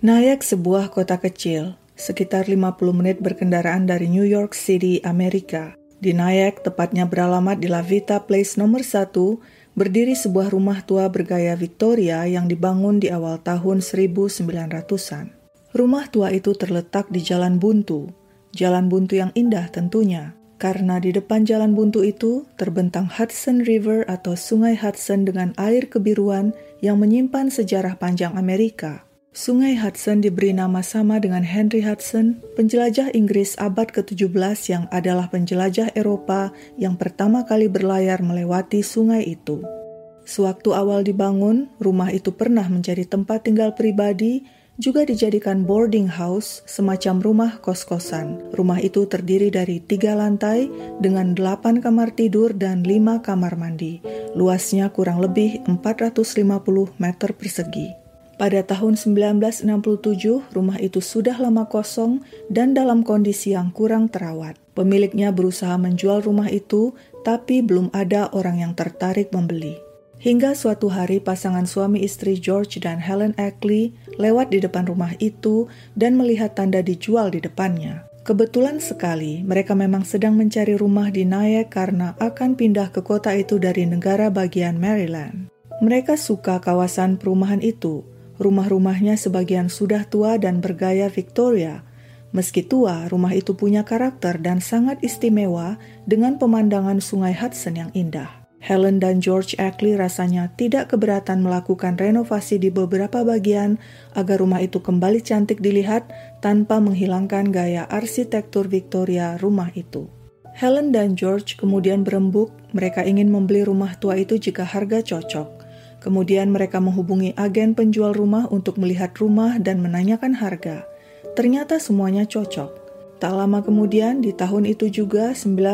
Nyack sebuah kota kecil, sekitar 50 menit berkendaraan dari New York City, Amerika. Di Nyack, tepatnya beralamat di La Vita Place nomor 1, berdiri sebuah rumah tua bergaya Victoria yang dibangun di awal tahun 1900-an. Rumah tua itu terletak di Jalan Buntu yang indah tentunya, karena di depan Jalan Buntu itu terbentang Hudson River atau Sungai Hudson dengan air kebiruan yang menyimpan sejarah panjang Amerika. Sungai Hudson diberi nama sama dengan Henry Hudson, penjelajah Inggris abad ke-17 yang adalah penjelajah Eropa yang pertama kali berlayar melewati sungai itu. Sewaktu awal dibangun, rumah itu pernah menjadi tempat tinggal pribadi, juga dijadikan boarding house, semacam rumah kos-kosan. Rumah itu terdiri dari 3 lantai dengan 8 kamar tidur dan 5 kamar mandi. Luasnya kurang lebih 450 meter persegi. Pada tahun 1967, rumah itu sudah lama kosong dan dalam kondisi yang kurang terawat. Pemiliknya berusaha menjual rumah itu, tapi belum ada orang yang tertarik membeli. Hingga suatu hari pasangan suami istri George dan Helen Ackley lewat di depan rumah itu dan melihat tanda dijual di depannya. Kebetulan sekali, mereka memang sedang mencari rumah di Nyack karena akan pindah ke kota itu dari negara bagian Maryland. Mereka suka kawasan perumahan itu. Rumah-rumahnya sebagian sudah tua dan bergaya Victoria. Meski tua, rumah itu punya karakter dan sangat istimewa dengan pemandangan sungai Hudson yang indah. Helen dan George Ackley rasanya tidak keberatan melakukan renovasi di beberapa bagian agar rumah itu kembali cantik dilihat tanpa menghilangkan gaya arsitektur Victoria rumah itu. Helen dan George kemudian berembuk mereka ingin membeli rumah tua itu jika harga cocok. Kemudian mereka menghubungi agen penjual rumah untuk melihat rumah dan menanyakan harga. Ternyata semuanya cocok. Tak lama kemudian, di tahun itu juga,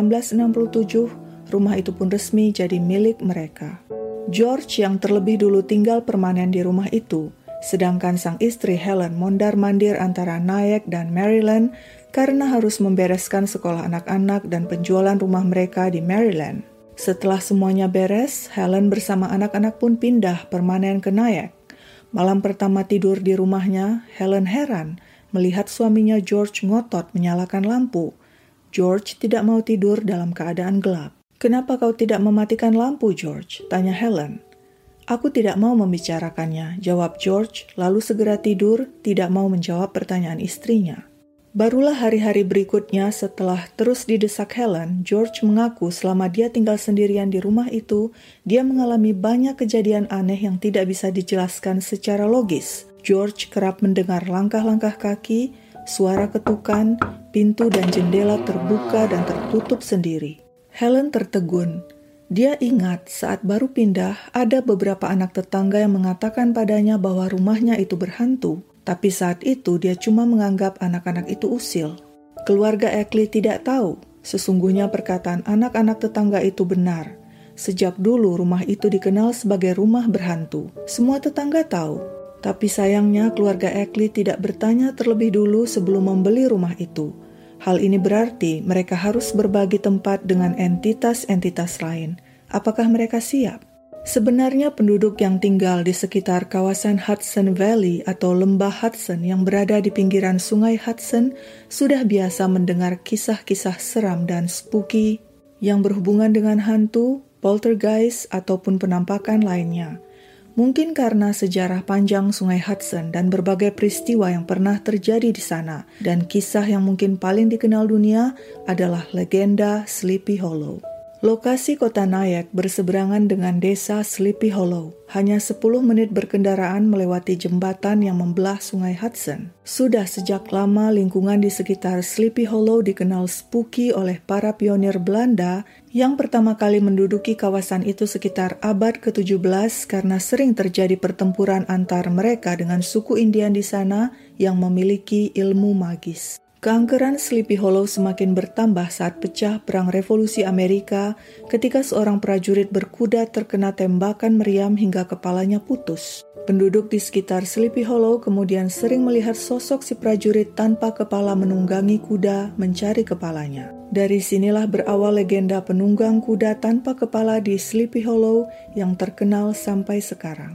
1967, rumah itu pun resmi jadi milik mereka. George yang terlebih dulu tinggal permanen di rumah itu, sedangkan sang istri Helen mondar-mandir antara Nyack dan Maryland karena harus membereskan sekolah anak-anak dan penjualan rumah mereka di Maryland. Setelah semuanya beres, Helen bersama anak-anak pun pindah permanen ke Nyack. Malam pertama tidur di rumahnya, Helen heran melihat suaminya George ngotot menyalakan lampu. George tidak mau tidur dalam keadaan gelap. "Kenapa kau tidak mematikan lampu, George?" tanya Helen. "Aku tidak mau membicarakannya," jawab George, lalu segera tidur, tidak mau menjawab pertanyaan istrinya. Barulah hari-hari berikutnya setelah terus didesak Helen, George mengaku selama dia tinggal sendirian di rumah itu, dia mengalami banyak kejadian aneh yang tidak bisa dijelaskan secara logis. George kerap mendengar langkah-langkah kaki, suara ketukan, pintu dan jendela terbuka dan tertutup sendiri. Helen tertegun. Dia ingat saat baru pindah, ada beberapa anak tetangga yang mengatakan padanya bahwa rumahnya itu berhantu. Tapi saat itu dia cuma menganggap anak-anak itu usil. Keluarga Ackley tidak tahu, sesungguhnya perkataan anak-anak tetangga itu benar. Sejak dulu rumah itu dikenal sebagai rumah berhantu. Semua tetangga tahu. Tapi sayangnya keluarga Ackley tidak bertanya terlebih dulu sebelum membeli rumah itu. Hal ini berarti mereka harus berbagi tempat dengan entitas-entitas lain. Apakah mereka siap? Sebenarnya penduduk yang tinggal di sekitar kawasan Hudson Valley atau lembah Hudson yang berada di pinggiran sungai Hudson sudah biasa mendengar kisah-kisah seram dan spooky yang berhubungan dengan hantu, poltergeist, ataupun penampakan lainnya. Mungkin karena sejarah panjang sungai Hudson dan berbagai peristiwa yang pernah terjadi di sana, dan kisah yang mungkin paling dikenal dunia adalah legenda Sleepy Hollow. Lokasi kota Nyack berseberangan dengan desa Sleepy Hollow. Hanya 10 menit berkendaraan melewati jembatan yang membelah sungai Hudson. Sudah sejak lama lingkungan di sekitar Sleepy Hollow dikenal spooky oleh para pionir Belanda yang pertama kali menduduki kawasan itu sekitar abad ke-17 karena sering terjadi pertempuran antar mereka dengan suku Indian di sana yang memiliki ilmu magis. Keangkeran Sleepy Hollow semakin bertambah saat pecah Perang Revolusi Amerika ketika seorang prajurit berkuda terkena tembakan meriam hingga kepalanya putus. Penduduk di sekitar Sleepy Hollow kemudian sering melihat sosok si prajurit tanpa kepala menunggangi kuda mencari kepalanya. Dari sinilah berawal legenda penunggang kuda tanpa kepala di Sleepy Hollow yang terkenal sampai sekarang.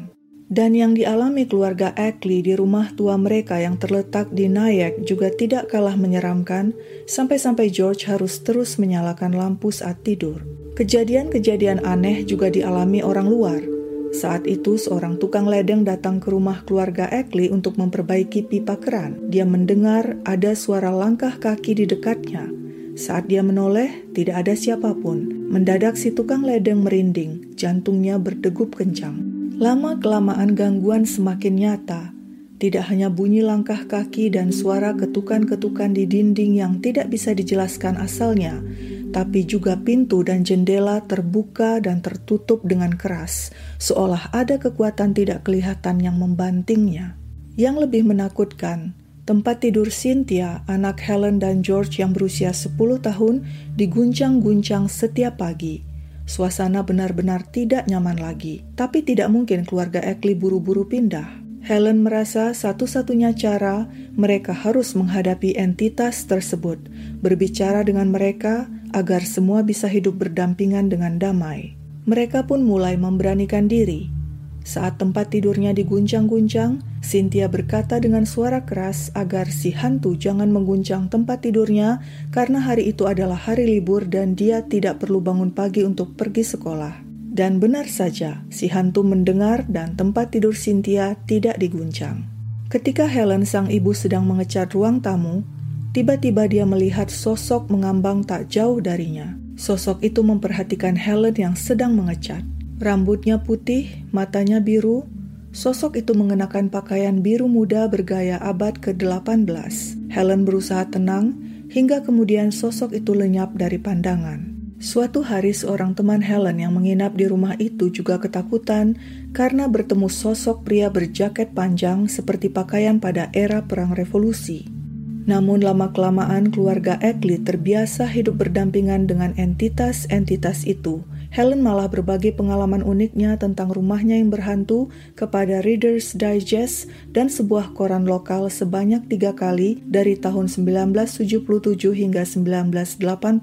Dan yang dialami keluarga Ackley di rumah tua mereka yang terletak di Nyack juga tidak kalah menyeramkan, sampai-sampai George harus terus menyalakan lampu saat tidur. Kejadian-kejadian aneh juga dialami orang luar. Saat itu seorang tukang ledeng datang ke rumah keluarga Ackley untuk memperbaiki pipa keran. Dia mendengar ada suara langkah kaki di dekatnya. Saat dia menoleh, tidak ada siapapun. Mendadak si tukang ledeng merinding, jantungnya berdegup kencang. Lama-kelamaan gangguan semakin nyata. Tidak hanya bunyi langkah kaki dan suara ketukan-ketukan di dinding yang tidak bisa dijelaskan asalnya, tapi juga pintu dan jendela terbuka dan tertutup dengan keras, seolah ada kekuatan tidak kelihatan yang membantingnya. Yang lebih menakutkan, tempat tidur Cynthia, anak Helen dan George yang berusia 10 tahun, diguncang-guncang setiap pagi. Suasana benar-benar tidak nyaman lagi, tapi tidak mungkin keluarga Ackley buru-buru pindah. Helen merasa satu-satunya cara mereka harus menghadapi entitas tersebut, berbicara dengan mereka agar semua bisa hidup berdampingan dengan damai. Mereka pun mulai memberanikan diri. Saat tempat tidurnya diguncang-guncang, Cynthia berkata dengan suara keras agar si hantu jangan mengguncang tempat tidurnya karena hari itu adalah hari libur dan dia tidak perlu bangun pagi untuk pergi sekolah. Dan benar saja, si hantu mendengar dan tempat tidur Cynthia tidak diguncang. Ketika Helen sang ibu sedang mengecat ruang tamu, tiba-tiba dia melihat sosok mengambang tak jauh darinya. Sosok itu memperhatikan Helen yang sedang mengecat. Rambutnya putih, matanya biru. Sosok itu mengenakan pakaian biru muda bergaya abad ke-18. Helen berusaha tenang, hingga kemudian sosok itu lenyap dari pandangan. Suatu hari seorang teman Helen yang menginap di rumah itu juga ketakutan karena bertemu sosok pria berjaket panjang seperti pakaian pada era Perang Revolusi. Namun lama-kelamaan keluarga Ackley terbiasa hidup berdampingan dengan entitas-entitas itu. Helen malah berbagi pengalaman uniknya tentang rumahnya yang berhantu kepada Reader's Digest dan sebuah koran lokal sebanyak 3 kali dari tahun 1977 hingga 1989.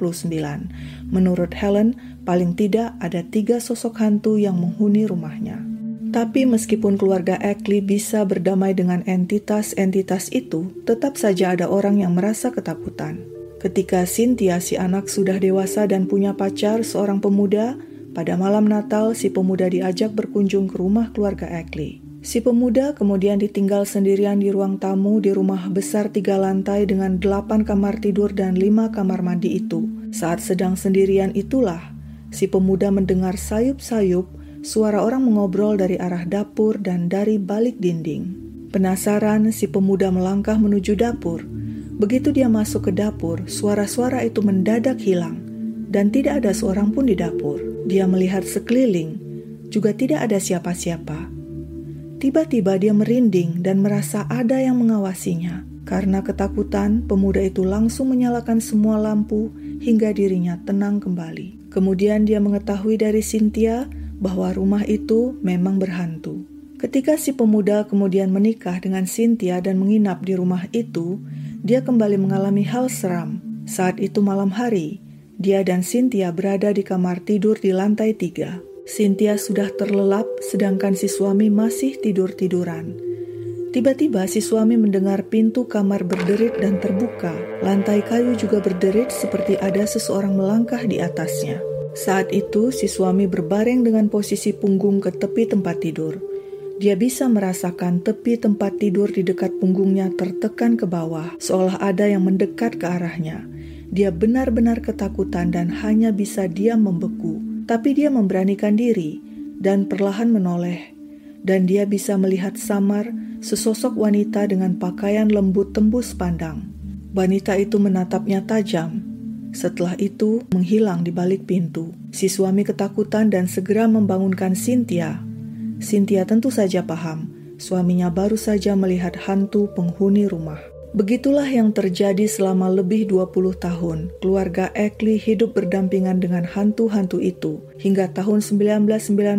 Menurut Helen, paling tidak ada 3 sosok hantu yang menghuni rumahnya. Tapi meskipun keluarga Ackley bisa berdamai dengan entitas-entitas itu, tetap saja ada orang yang merasa ketakutan. Ketika Cynthia si anak sudah dewasa dan punya pacar seorang pemuda, pada malam Natal si pemuda diajak berkunjung ke rumah keluarga Ackley. Si pemuda kemudian ditinggal sendirian di ruang tamu di rumah besar 3 lantai dengan 8 kamar tidur dan 5 kamar mandi itu. Saat sedang sendirian itulah, si pemuda mendengar sayup-sayup suara orang mengobrol dari arah dapur dan dari balik dinding. Penasaran, si pemuda melangkah menuju dapur. Begitu dia masuk ke dapur, suara-suara itu mendadak hilang dan tidak ada seorang pun di dapur. Dia melihat sekeliling, juga tidak ada siapa-siapa. Tiba-tiba dia merinding dan merasa ada yang mengawasinya. Karena ketakutan, pemuda itu langsung menyalakan semua lampu hingga dirinya tenang kembali. Kemudian dia mengetahui dari Cynthia bahwa rumah itu memang berhantu. Ketika si pemuda kemudian menikah dengan Cynthia dan menginap di rumah itu, dia kembali mengalami hal seram. Saat itu malam hari, dia dan Cynthia berada di kamar tidur di lantai 3. Cynthia sudah terlelap, sedangkan si suami masih tidur-tiduran. Tiba-tiba si suami mendengar pintu kamar berderit dan terbuka. Lantai kayu juga berderit seperti ada seseorang melangkah di atasnya. Saat itu si suami berbaring dengan posisi punggung ke tepi tempat tidur. Dia bisa merasakan tepi tempat tidur di dekat punggungnya tertekan ke bawah, seolah ada yang mendekat ke arahnya. Dia benar-benar ketakutan dan hanya bisa diam membeku. Tapi dia memberanikan diri dan perlahan menoleh. Dan dia bisa melihat samar sesosok wanita dengan pakaian lembut tembus pandang. Wanita itu menatapnya tajam. Setelah itu menghilang di balik pintu. Si suami ketakutan dan segera membangunkan Cynthia. Cynthia tentu saja paham, suaminya baru saja melihat hantu penghuni rumah. Begitulah yang terjadi selama lebih 20 tahun. Keluarga Ackley hidup berdampingan dengan hantu-hantu itu. Hingga tahun 1990,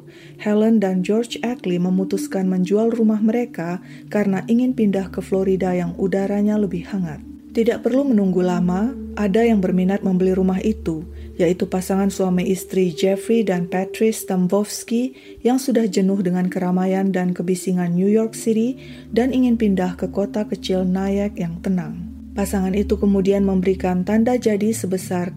Helen dan George Ackley memutuskan menjual rumah mereka karena ingin pindah ke Florida yang udaranya lebih hangat. Tidak perlu menunggu lama, ada yang berminat membeli rumah itu, yaitu pasangan suami istri Jeffrey dan Patrice Stambovsky yang sudah jenuh dengan keramaian dan kebisingan New York City dan ingin pindah ke kota kecil Nyack yang tenang. Pasangan itu kemudian memberikan tanda jadi sebesar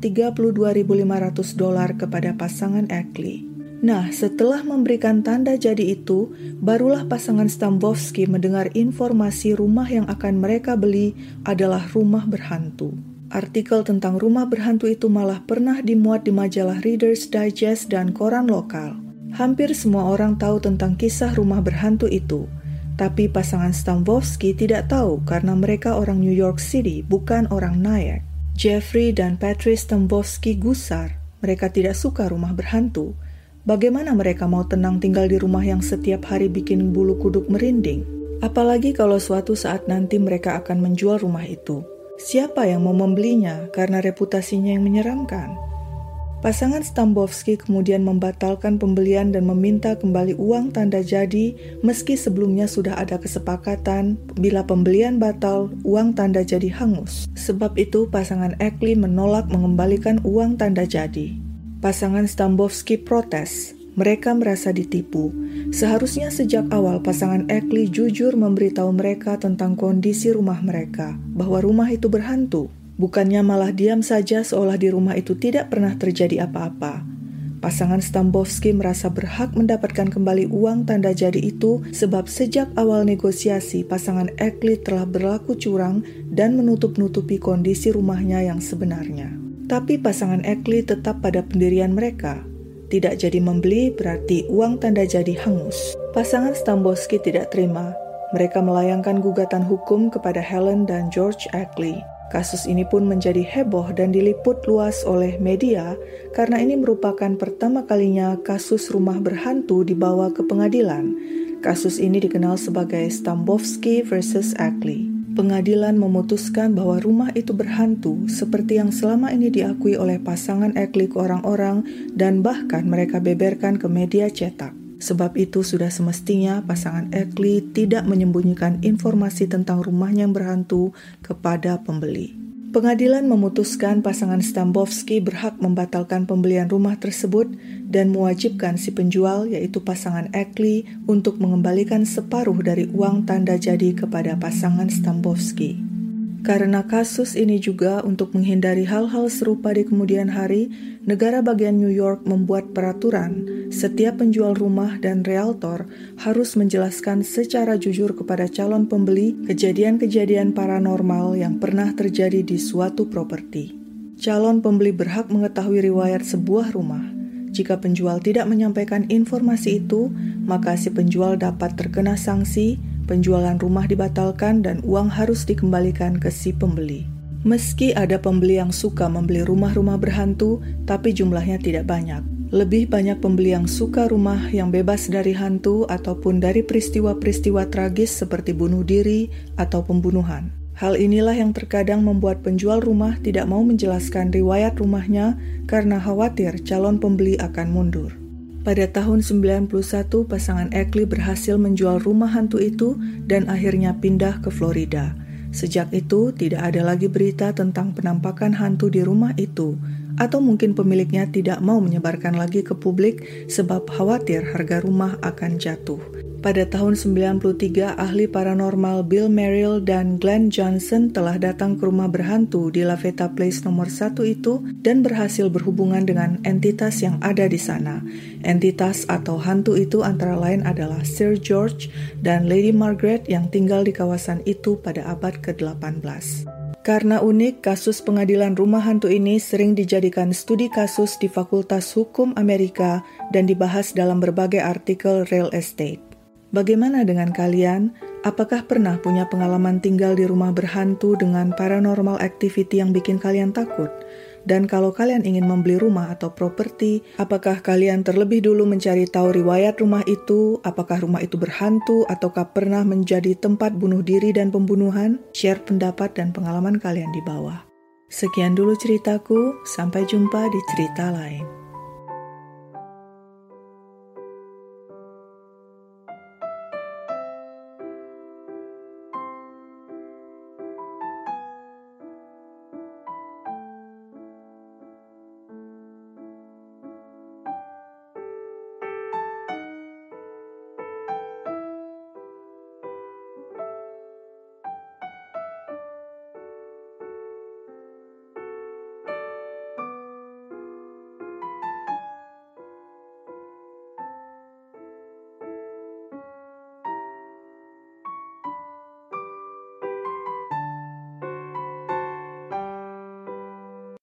$32.500 kepada pasangan Ackley. Nah, setelah memberikan tanda jadi itu, barulah pasangan Stambovsky mendengar informasi rumah yang akan mereka beli adalah rumah berhantu. Artikel tentang rumah berhantu itu malah pernah dimuat di majalah Reader's Digest dan koran lokal. Hampir semua orang tahu tentang kisah rumah berhantu itu. Tapi pasangan Stambovsky tidak tahu karena mereka orang New York City, bukan orang Nyack. Jeffrey dan Patrice Stambovsky gusar. Mereka tidak suka rumah berhantu. Bagaimana mereka mau tenang tinggal di rumah yang setiap hari bikin bulu kuduk merinding? Apalagi kalau suatu saat nanti mereka akan menjual rumah itu. Siapa yang mau membelinya karena reputasinya yang menyeramkan? Pasangan Stambovsky kemudian membatalkan pembelian dan meminta kembali uang tanda jadi meski sebelumnya sudah ada kesepakatan bila pembelian batal, uang tanda jadi hangus. Sebab itu pasangan Ackley menolak mengembalikan uang tanda jadi. Pasangan Stambovsky protes. Mereka merasa ditipu. Seharusnya sejak awal pasangan Ackley jujur memberitahu mereka tentang kondisi rumah mereka, bahwa rumah itu berhantu. Bukannya malah diam saja seolah di rumah itu tidak pernah terjadi apa-apa. Pasangan Stambovsky merasa berhak mendapatkan kembali uang tanda jadi itu sebab sejak awal negosiasi pasangan Ackley telah berlaku curang dan menutup-nutupi kondisi rumahnya yang sebenarnya. Tapi pasangan Ackley tetap pada pendirian mereka. Tidak jadi membeli berarti uang tanda jadi hangus. Pasangan Stambovsky tidak terima. Mereka melayangkan gugatan hukum kepada Helen dan George Ackley. Kasus ini pun menjadi heboh dan diliput luas oleh media karena ini merupakan pertama kalinya kasus rumah berhantu dibawa ke pengadilan. Kasus ini dikenal sebagai Stambovsky versus Ackley. Pengadilan memutuskan bahwa rumah itu berhantu seperti yang selama ini diakui oleh pasangan Ackley ke orang-orang dan bahkan mereka beberkan ke media cetak. Sebab itu sudah semestinya pasangan Ackley tidak menyembunyikan informasi tentang rumahnya yang berhantu kepada pembeli. Pengadilan memutuskan pasangan Stambovsky berhak membatalkan pembelian rumah tersebut dan mewajibkan si penjual, yaitu pasangan Ackley, untuk mengembalikan separuh dari uang tanda jadi kepada pasangan Stambovsky. Karena kasus ini juga untuk menghindari hal-hal serupa di kemudian hari, negara bagian New York membuat peraturan setiap penjual rumah dan realtor harus menjelaskan secara jujur kepada calon pembeli kejadian-kejadian paranormal yang pernah terjadi di suatu properti. Calon pembeli berhak mengetahui riwayat sebuah rumah. Jika penjual tidak menyampaikan informasi itu, maka si penjual dapat terkena sanksi, penjualan rumah dibatalkan dan uang harus dikembalikan ke si pembeli. Meski ada pembeli yang suka membeli rumah-rumah berhantu, tapi jumlahnya tidak banyak. Lebih banyak pembeli yang suka rumah yang bebas dari hantu ataupun dari peristiwa-peristiwa tragis seperti bunuh diri atau pembunuhan. Hal inilah yang terkadang membuat penjual rumah tidak mau menjelaskan riwayat rumahnya karena khawatir calon pembeli akan mundur. Pada tahun 91, pasangan Ackley berhasil menjual rumah hantu itu dan akhirnya pindah ke Florida. Sejak itu, tidak ada lagi berita tentang penampakan hantu di rumah itu, atau mungkin pemiliknya tidak mau menyebarkan lagi ke publik sebab khawatir harga rumah akan jatuh. Pada tahun 93, ahli paranormal Bill Merrill dan Glenn Johnson telah datang ke rumah berhantu di La Veta Place nomor 1 itu dan berhasil berhubungan dengan entitas yang ada di sana. Entitas atau hantu itu antara lain adalah Sir George dan Lady Margaret yang tinggal di kawasan itu pada abad ke-18. Karena unik, kasus pengadilan rumah hantu ini sering dijadikan studi kasus di Fakultas Hukum Amerika dan dibahas dalam berbagai artikel real estate. Bagaimana dengan kalian? Apakah pernah punya pengalaman tinggal di rumah berhantu dengan paranormal activity yang bikin kalian takut? Dan kalau kalian ingin membeli rumah atau properti, apakah kalian terlebih dulu mencari tahu riwayat rumah itu? Apakah rumah itu berhantu ataukah pernah menjadi tempat bunuh diri dan pembunuhan? Share pendapat dan pengalaman kalian di bawah. Sekian dulu ceritaku, sampai jumpa di cerita lain.